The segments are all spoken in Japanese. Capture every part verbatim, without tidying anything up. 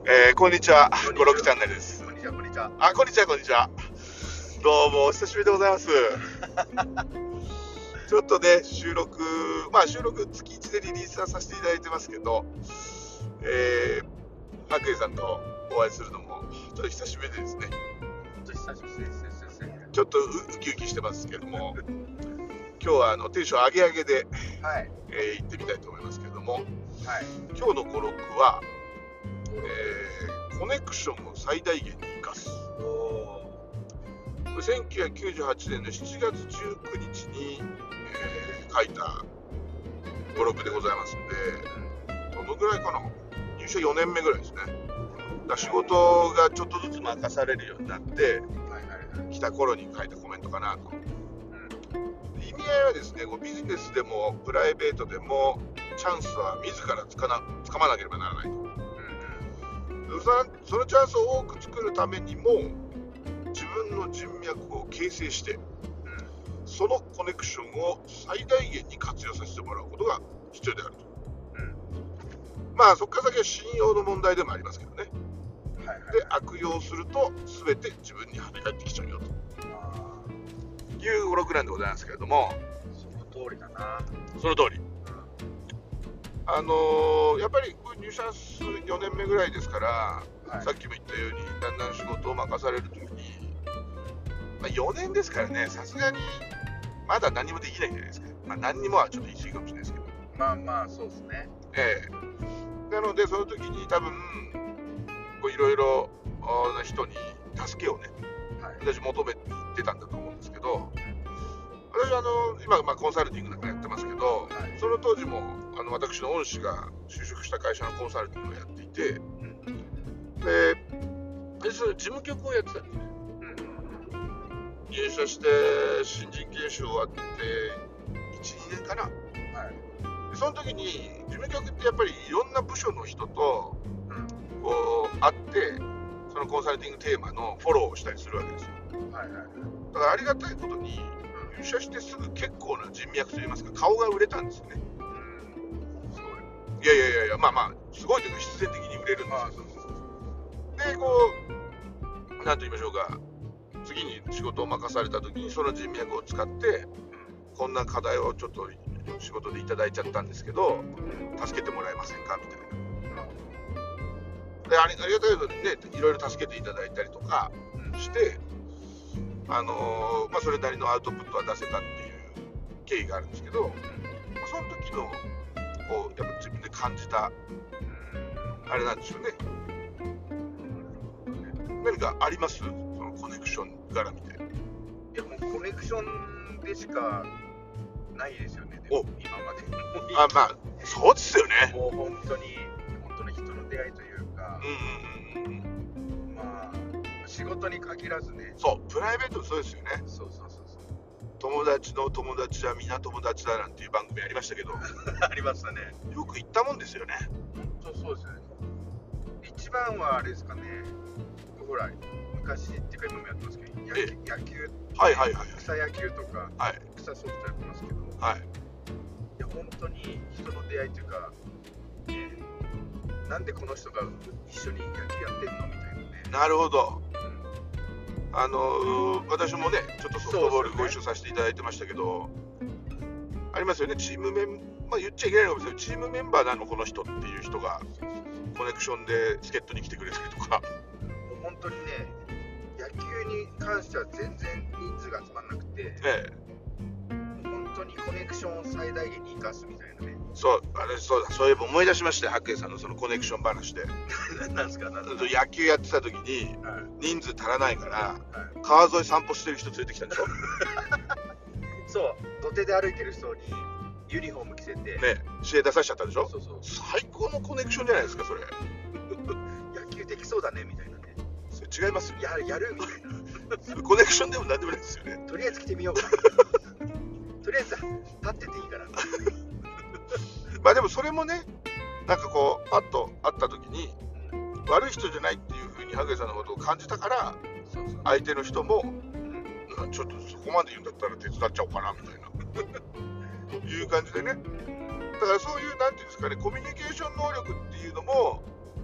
えー、こんにちは、ゴロックチャンネルです。 こんにちは、こんにちは。 あ、こんにちは、こんにちは。どうもお久しぶりでございます。ちょっとね、収録、まあ収録月いちでリリースはさせていただいてますけど、えー、白衣さんとお会いするのもちょっと久しぶりでですね。 本当に久しぶりです。 ちょっとウキウキしてますけども、今日はあのテンション上げ上げで、 はい、 えー、行ってみたいと思いますけども、 はい、 今日の語録は、えー、コネクションを最大限に生かす。せんきゅうひゃくきゅうじゅうはちねんのしちがつじゅうくにちに、えー、書いた語録でございますので、どのぐらいかな、入社よねんめぐらいですね。だ仕事がちょっとずつ任されるようになってきた頃に書いたコメントかなと。意味合いはですね、ビジネスでもプライベートでもチャンスは自らつかな掴まなければならないと。そのチャンスを多く作るためにも自分の人脈を形成して、そのコネクションを最大限に活用させてもらうことが必要であると。まあそこから先は信用の問題でもありますけどね。で、悪用すると全て自分に跳ね返ってきちゃうよという語録なんでございますけれども、 その通りだな。 その通り。あのー、やっぱり入社数よねんめぐらいですから、はい、さっきも言ったようにだんだん仕事を任されるときに、まあ、よねんですからね、さすがにまだ何もできないじゃないですか。まあ、何にもはちょっと言い過ぎかもしれないですけど、 まあまあそうですね。 ええ、なのでその時に多分いろいろな人に助けをね、はい、私求めていってたんだと思うんですけど、私はあの今、まあ、コンサルティングなんかやってますけど、はい、その当時もあの私の恩師が就職した会社のコンサルティングをやっていて、うん、でそれ事務局をやってたんですね。うん、入社して新人研修終わっていち、にねんかな、はい、でその時に事務局ってやっぱりいろんな部署の人と、うん、こう会ってそのコンサルティングテーマのフォローをしたりするわけですよ。はいはい、だからありがたいことに入社してすぐ結構な人脈といいますか顔が売れたんですよね。うん、すごい。いやいやいやいや、まあまあすごいというか必然的に売れるんですけど、でこうなんと言いましょうか、次に仕事を任された時にその人脈を使ってこんな課題をちょっと仕事でいただいちゃったんですけど助けてもらえませんかみたいな。でありがたいことにね、いろいろ助けていただいたりとかして、あのーまあ、それなりのアウトプットは出せたっていう経緯があるんですけど、まあ、その時のこうやっぱ自分で感じたあれなんでしょうね。何かあります？そのコネクション絡みで。 いやもうコネクションでしかないですよね。でも今まで。 あ、まあそうですよね。 もう本当に本当に人の出会いというか、うんうんうんうん、まあ仕事に限らずね。 そう、プライベートもそうですよね。 そうそうそうそう。 友達の友達はみんな友達だなんていう番組ありましたけど。 ありましたね。 よく言ったもんですよね。 本当そうですよね。一番はあれですかね。ほら昔っていうか今もやってますけど、野球、野球はいはいはい、 草野球とか、はい、草ソフトやってますけど、はい、いや本当に人の出会いというか、えー、なんでこの人が一緒に野球やってんのみたいなね。なるほど。うん、あのー、私もねちょっとソフトボールご一緒させていただいてましたけど、ね、ありますよね。チームメンまあ言っちゃいけないかもしれないけど、チームメンバーなのこの人っていう人がコネクションで助っ人に来てくれたりとか。 本当にね、野球に関しては全然人数が集まらなくて、ええ、本当にコネクションを最大限に生かすみたいなね。 そう、あれそうだ、そういえば思い出しましたよ、白衣さんのそのコネクション話で。 なんですか、なんですか。 野球やってた時に、はい、人数足らないから、はい、川沿い散歩してる人連れてきたんでしょ。 そう、土手で歩いてる人にユニフォーム着せて、ね、 試合出させちゃったでしょ。 そうそうそう。 最高のコネクションじゃないですか、それ。 野球できそうだねみたいな。 違いますよ。 やるやるみたいな。コネクションでも何でもないですよね。 とりあえず来てみようか。とりあえず立ってていいから。 まあでもそれもね、なんかこうパッと会った時に、うん、悪い人じゃないっていう風にハゲさんのことを感じたから、そうそう相手の人も、うん、ちょっとそこまで言うんだったら手伝っちゃおうかなみたいないう感じでね。だからそういうなんていうんですかね、コミュニケーション能力っていうのもこ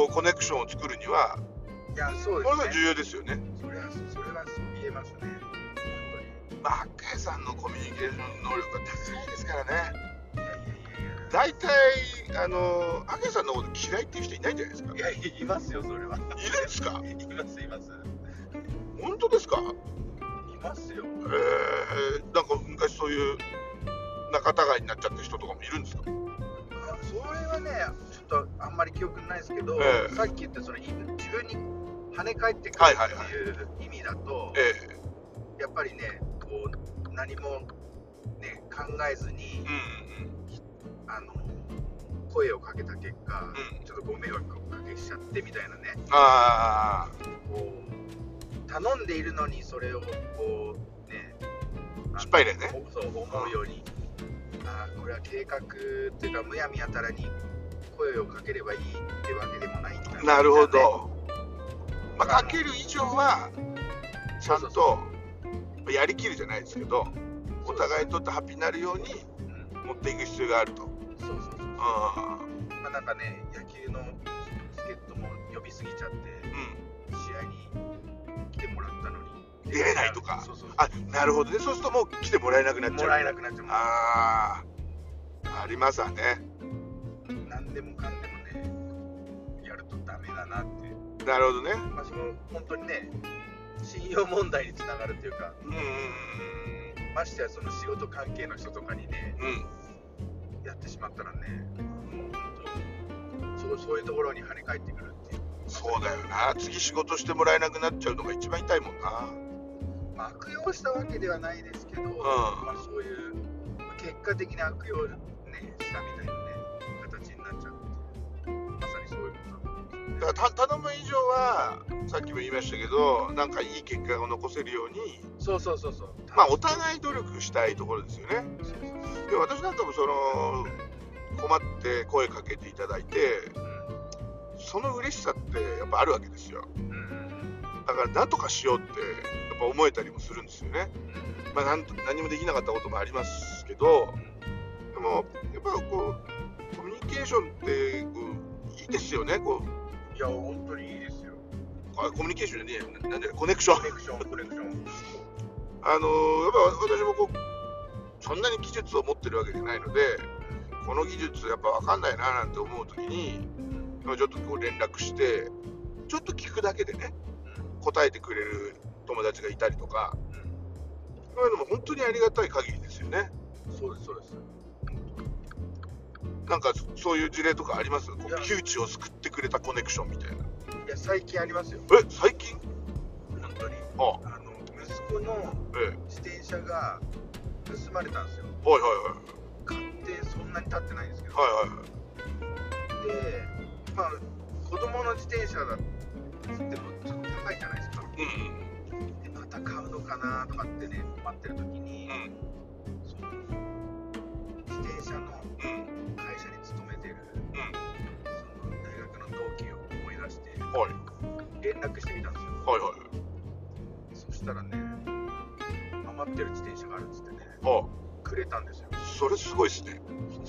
こうコネクションを作るには、 いやそうですね、 これが重要ですよね。 それはそれは言えますね、本当に。 まあ、八海さんのコミュニケーション能力が高いですからね。 いやいやいやいや、 大体あの八海さんのこと嫌いっていう人いないんじゃないですか。 いやいますよ、それは。いるんですか。 いますいます。 本当ですか。 いますよ。 えー、なんか昔そういう仲違いになっちゃった人とかもいるんですか。 あ、それはね、ちょっとあんまり記憶ないですけど、 ええ、 さっき言ったその自分に跳ね返ってくるっていう意味だと、 えやっぱりね、こう何も、ね、考えずに、 うんうん、 あの声をかけた結果、 うん、 ちょっとご迷惑をかけしちゃってみたいなね。 あこう頼んでいるのにそれをこうね、 失敗例ね。 そう思うように、ああこれは計画っていうかむやみやたらに声をかければいいってわけでもないんだ、ね。 なるほど。まあ、かける以上はちゃんとやりきるじゃないですけど、お互いにとってハッピーになるように持っていく必要があると。 そうそうそうそう。 あ、 まあなんかね、野球のチケットも呼びすぎちゃって、うん、試合に来てもらったのに出れないとか。 そうそうそう。 あ、なるほどね。そうするともう来てもらえなくなっちゃう。 もらえなくなっちゃう。 ああ、ありますわね。 何でもかんでもね、やるとダメだなって。 なるほどね。 まあその本当にね、信用問題につながるというか、 うんうんうん、 ましてやその仕事関係の人とかにね、 うん、 やってしまったらね、もう本当そうそういうところに跳ね返ってくるっていう。 そうだよな。次仕事してもらえなくなっちゃうのが一番痛いもんな。 まあ、悪用したわけではないですけど、うん、まあそういう結果的に悪用、ね、したみたいなね形になっちゃうっていう、まさにそういうことだと思うんですよね。 だから頼む以上はさっきも言いましたけど、なんかいい結果を残せるように、 そうそうそうそう、 まあお互い努力したいところですよね。 そうそうそう、 で私なんかもその困って声かけていただいて、うん、その嬉しさってやっぱあるわけですよ、うん、だから何とかしようってやっぱ思えたりもするんですよね、うん、まあ何、何もできなかったこともありますけど、でもやっぱこうコミュニケーションってこういいですよね。こう、 いや本当にいいですよ。 コミュニケーションじゃねえ、なんでコネクション。 コネクション、コネクション。 あのー、やっぱ私もこうそんなに技術を持ってるわけじゃないので、この技術やっぱ分かんないななんて思うときに、ちょっとこう連絡して、ちょっと聞くだけでね、答えてくれる友達がいたりとか、そういうのも本当にありがたい限りですよね。 そうです、そうです。 なんかそういう事例とかあります？こう窮地を救ってくれたコネクションみたいな。いや、最近ありますよ。 え、最近？ 本当に。 ああ、 あの息子の自転車が盗まれたんですよ。 はいはいはい。 買ってそんなに経ってないんですけど。 はいはいはい。 で、まあ子供の自転車だってもちょっと高いじゃないですか。うんうん。でまた買うのかなとかってね、待ってる時に、うん、その自転車の会社に勤めてる、うん、その大学の同期を思い出して、はい、連絡してみたんですよ。はいはい。そしたらね、余ってる自転車があるっつってね、ああくれたんですよ。 それすごいですね。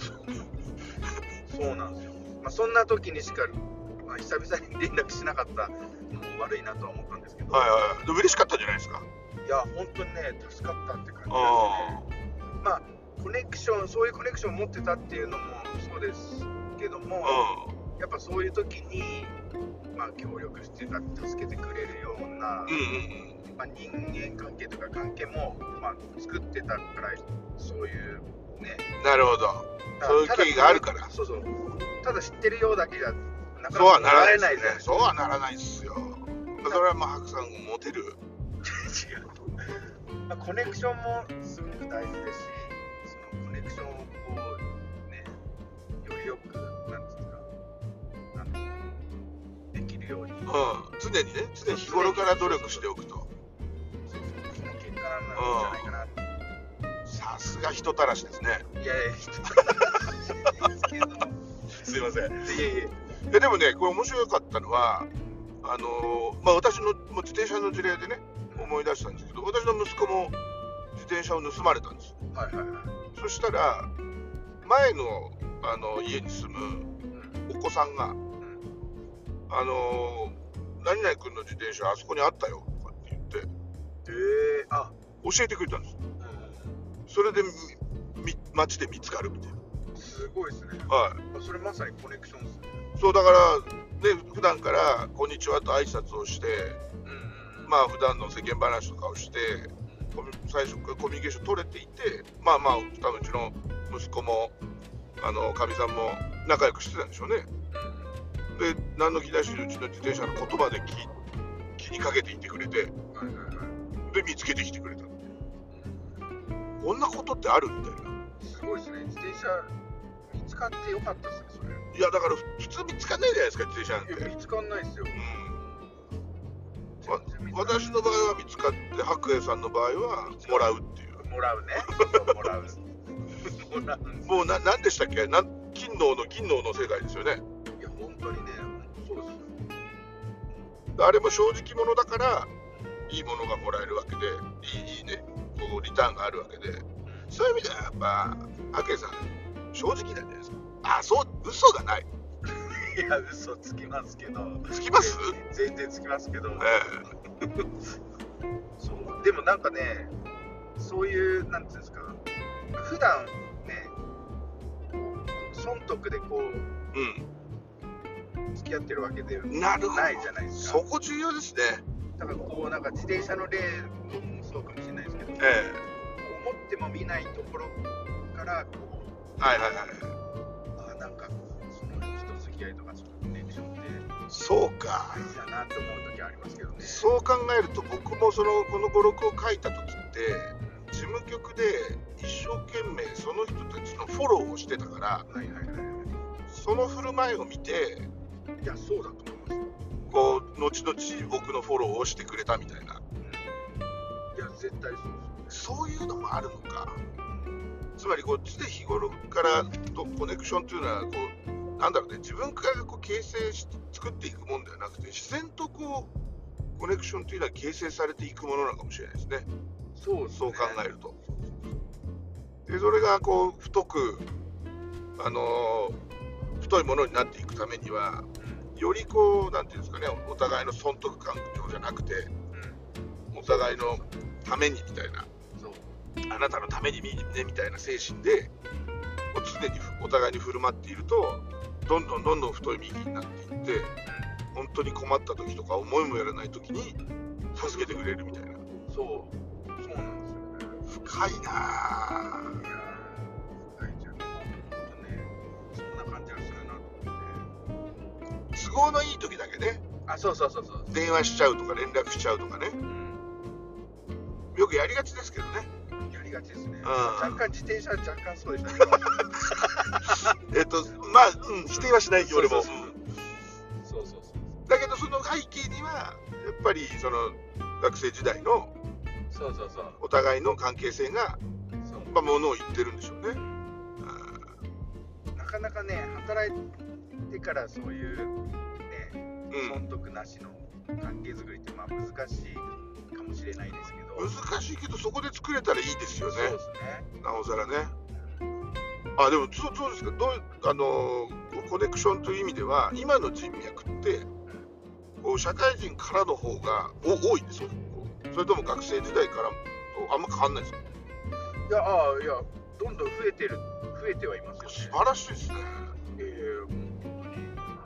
そうなんですよ。まあ、そんな時にしか、まあ、久々に連絡しなかったのも悪いなとは思ったんですけど、はいはい、 でも嬉しかったんじゃないですか。 いや本当にね、助かったって感じですね。まあコネクション、そういうコネクションを持ってたっていうのもそうですけども、やっぱそういう時に、まあ、協力して助けてくれるような、うんうんうん、まあ、人間関係とか関係も、まあ、作ってたから、そういうね。 なるほど。そういう経緯があるから。 そうそう。ただ知ってるようだけがなかなかならないですね。 そうはならないですよ。それはまあ白さんをモテる。違う。 まあ、コネクションもすごく大事ですし、そのコネクションをこうね、よりよくなんていうか、あのできるように。うん。 常にね、常に日頃から努力しておくと。 そうそう。その結果なんじゃないかな。 さすが人たらしですね。 いやいや、人たらしですけど。 すいません。 いやいや。 えでもね、これ面白かったのは、あのーまあ、私の自転車の事例でね、思い出したんですけど、私の息子も自転車を盗まれたんです。はいはいはい。そしたら前の、あの家に住むお子さんが、うん、 あのー、何々君の自転車あそこにあったよとかって言って、 えー、あ教えてくれたんです。 うん、 それでみ街で見つかるみたいな。 すごいですね。 はい。 それまさにコネクションですね。 そうだからね、普段からこんにちはと挨拶をして、うんうん、まあ普段の世間話とかをして、最初からコミュニケーション取れていて、まあまあ多分うちの息子もあのかみさんも仲良くしてたんでしょうね。で、何の気なしにうちの自転車の言葉で 気, 気にかけていってくれて、はいはいはい、で見つけてきてくれた。こんなことってあるみたいな。 すごいですね。自転車見つかってよかったですね、それ。 いやだから普通見つかんないじゃないですか、自転車なんて。 いや見つかんないですよ。 うん、私の場合は見つかって、白衣さんの場合はもらうっていう。 もらうね。もらう。もらう。 もうな何でしたっけ、な金のの銀のの世界ですよね。 いや本当にね、そうですよ。 あれも正直者だからいいものがもらえるわけで、いいいいね、こうリターンがあるわけで、そういう意味ではやっぱ白衣さん正直なんじゃないですか。あ、そう、嘘がない。 いや嘘つきますけど。 つきます？ 全然つきますけど。 ええそうでもなんかね、そういうなんていうんですか、普段ね、損得でこう、うん、付き合ってるわけでないじゃないですか。 そこ重要ですね。 だからこうなんか自転車の例もそうかもしれないですけど、ええ、思っても見ないところからこう、 はいはいはい、 あ、なんかその人付き合いとかそのコネクションってそうか大事だなって思う時はありますけどね。 そう考えると僕もそのこの語録を書いた時って事務局で一生懸命その人たちのフォローをしてたから、はいはいはい、その振る舞いを見て、 いやそうだと思います。 こう後々僕のフォローをしてくれたみたいな、 いや絶対そうです。 そういうのもあるのか。つまりこう常日頃からとコネクションというのはこうなんだろうね、自分からこう形成し作っていくものではなくて、自然とこうコネクションというのは形成されていくものなのかもしれないですね。 そうですね。 そう考えると。でそれがこう太くあのー、太いものになっていくためには、よりこうなんていうんですかね、お互いの損得感情じゃなくて、うん、お互いのためにみたいな、そうあなたのためにねみたいな精神で常にお互いに振る舞っていると、どんどんどんどん太い幹になっていって、本当に困った時とか思いもやらない時に助けてくれるみたいな。 そうそうなんですよね。 深いなぁ。いや深いじゃん。本当ね、そんな感じがするなと思って。 都合のいい時だけね。 あ、そうそうそうそう。 電話しちゃうとか連絡しちゃうとかね。うん、よくやりがちですけどね。 やりがちですね。 うん、 若干自転車若干そうでしたね。 えっとまあ、うん、否定はしないよ俺も。 そうそうそう。 だけどその背景にはやっぱりその学生時代のそうそうそうお互いの関係性がまあものを言ってるんでしょうね。 なかなかね、働いてからそういうね、うん、損得なしの関係づくりってまあ難しいかもしれないですけど、 難しいけどそこで作れたらいいですよね。 そうですね。 なおさらね。あ、でもそうそうですか。どうあのコネクションという意味では今の人脈ってこう社会人からの方が多いんですよ。それとも学生時代からとあんま変わんないですか？ いや、ああ、いや、どんどん増えてる、増えてはいますよね。 素晴らしいですね。 ええー、本当にいろい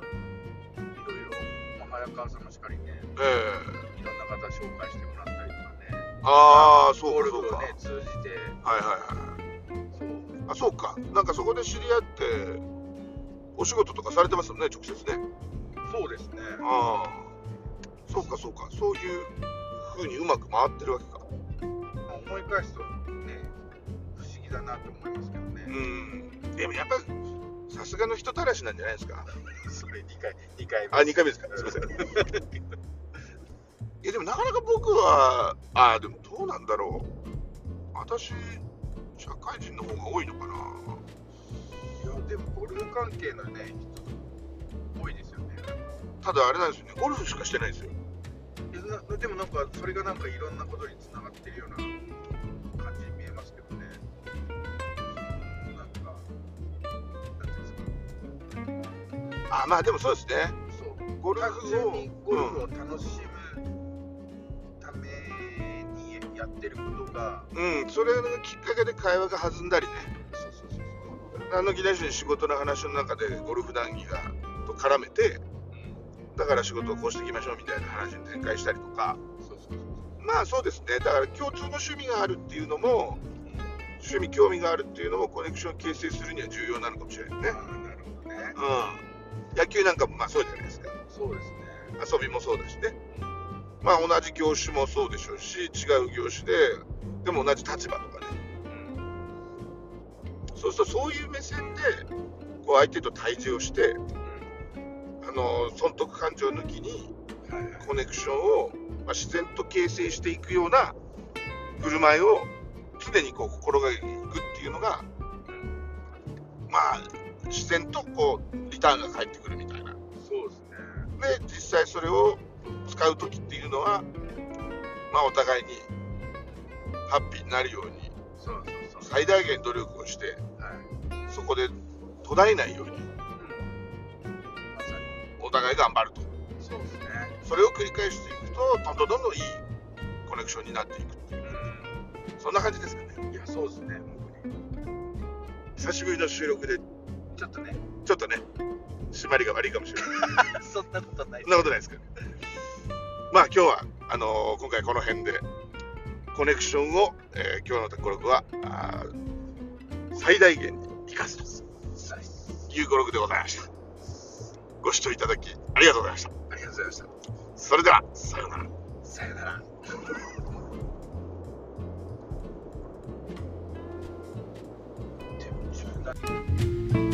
ろ、まあ、早川さんもしっかりね、 ええー、 いろんな方紹介してもらったりとかね。 ああ、そうかそうか。 ゴルフをね、通じて。 はいはいはい。そう。あ、そうか。なんかそこで知り合ってお仕事とかされてますよね、直接ね。 そうですね。 ああ、そうかそうか。そういう風にうまく回ってるわけか。 思い返すとね、不思議だなと思いますけどね。 うん。でもやっぱさすがの人たらしなんじゃないですか。 それにかい、にかいめ。 あ、にかいめですか。すみません。いやでもなかなか僕は、あ、でもどうなんだろう。私社会人の方が多いのかな。 いやでもゴルフ関係のね人多いですよね。 ただあれなんですよね。ゴルフしかしてないですよ。 でもなんかそれがなんかいろんなことにつながってるような感じに見えますけどね。なんかなんていうんですか。 あ、まあでもそうですね。 そう。 ゴル単フを純にゴルフを楽しむためにやってることが、 うん、それがきっかけで会話が弾んだりね。 そうそうそうあの木梨に仕事の話の中でゴルフ談義がと絡めて、だから仕事をこうしていきましょうみたいな話に展開したりとか、 そうそうそうまあそうですね。だから共通の趣味があるっていうのも、趣味興味があるっていうのもコネクションを形成するには重要なのかもしれないね。 あーなるほどね。 うん。野球なんかもまあそうじゃないですか。 そうですね。 遊びもそうだしね。まあ同じ業種もそうでしょうし、違う業種ででも同じ立場とかね。そうするとそういう目線でこう相手と対峙をして、あの損得感情抜きにコネクションを、まあ、自然と形成していくような振る舞いを常にこう心がけていくっていうのが、まあ自然とこうリターンが返ってくるみたいな。 そうですね。 で実際それを使う時っていうのは、まあお互いにハッピーになるようにそうそうそう。 最大限努力をして、 はい。 そこで途絶えないようにまさに。 お互い頑張ると。 そうですね。 それを繰り返していくとどんどんどんどんいいコネクションになっていくっていう、そんな感じですかね。 いや、そうですね。 久しぶりの収録でちょっとね。 ちょっとね締まりが悪いかもしれないそんなことない。 そんなことないですけど、ね、まあ今日はあのー、今回この辺でコネクションを、えー、今日のところはあ最大限に生かすという語録でございました。ご視聴いただきありがとうございました。 ありがとうございました。 それではさようなら。 さよなら。でも自分だ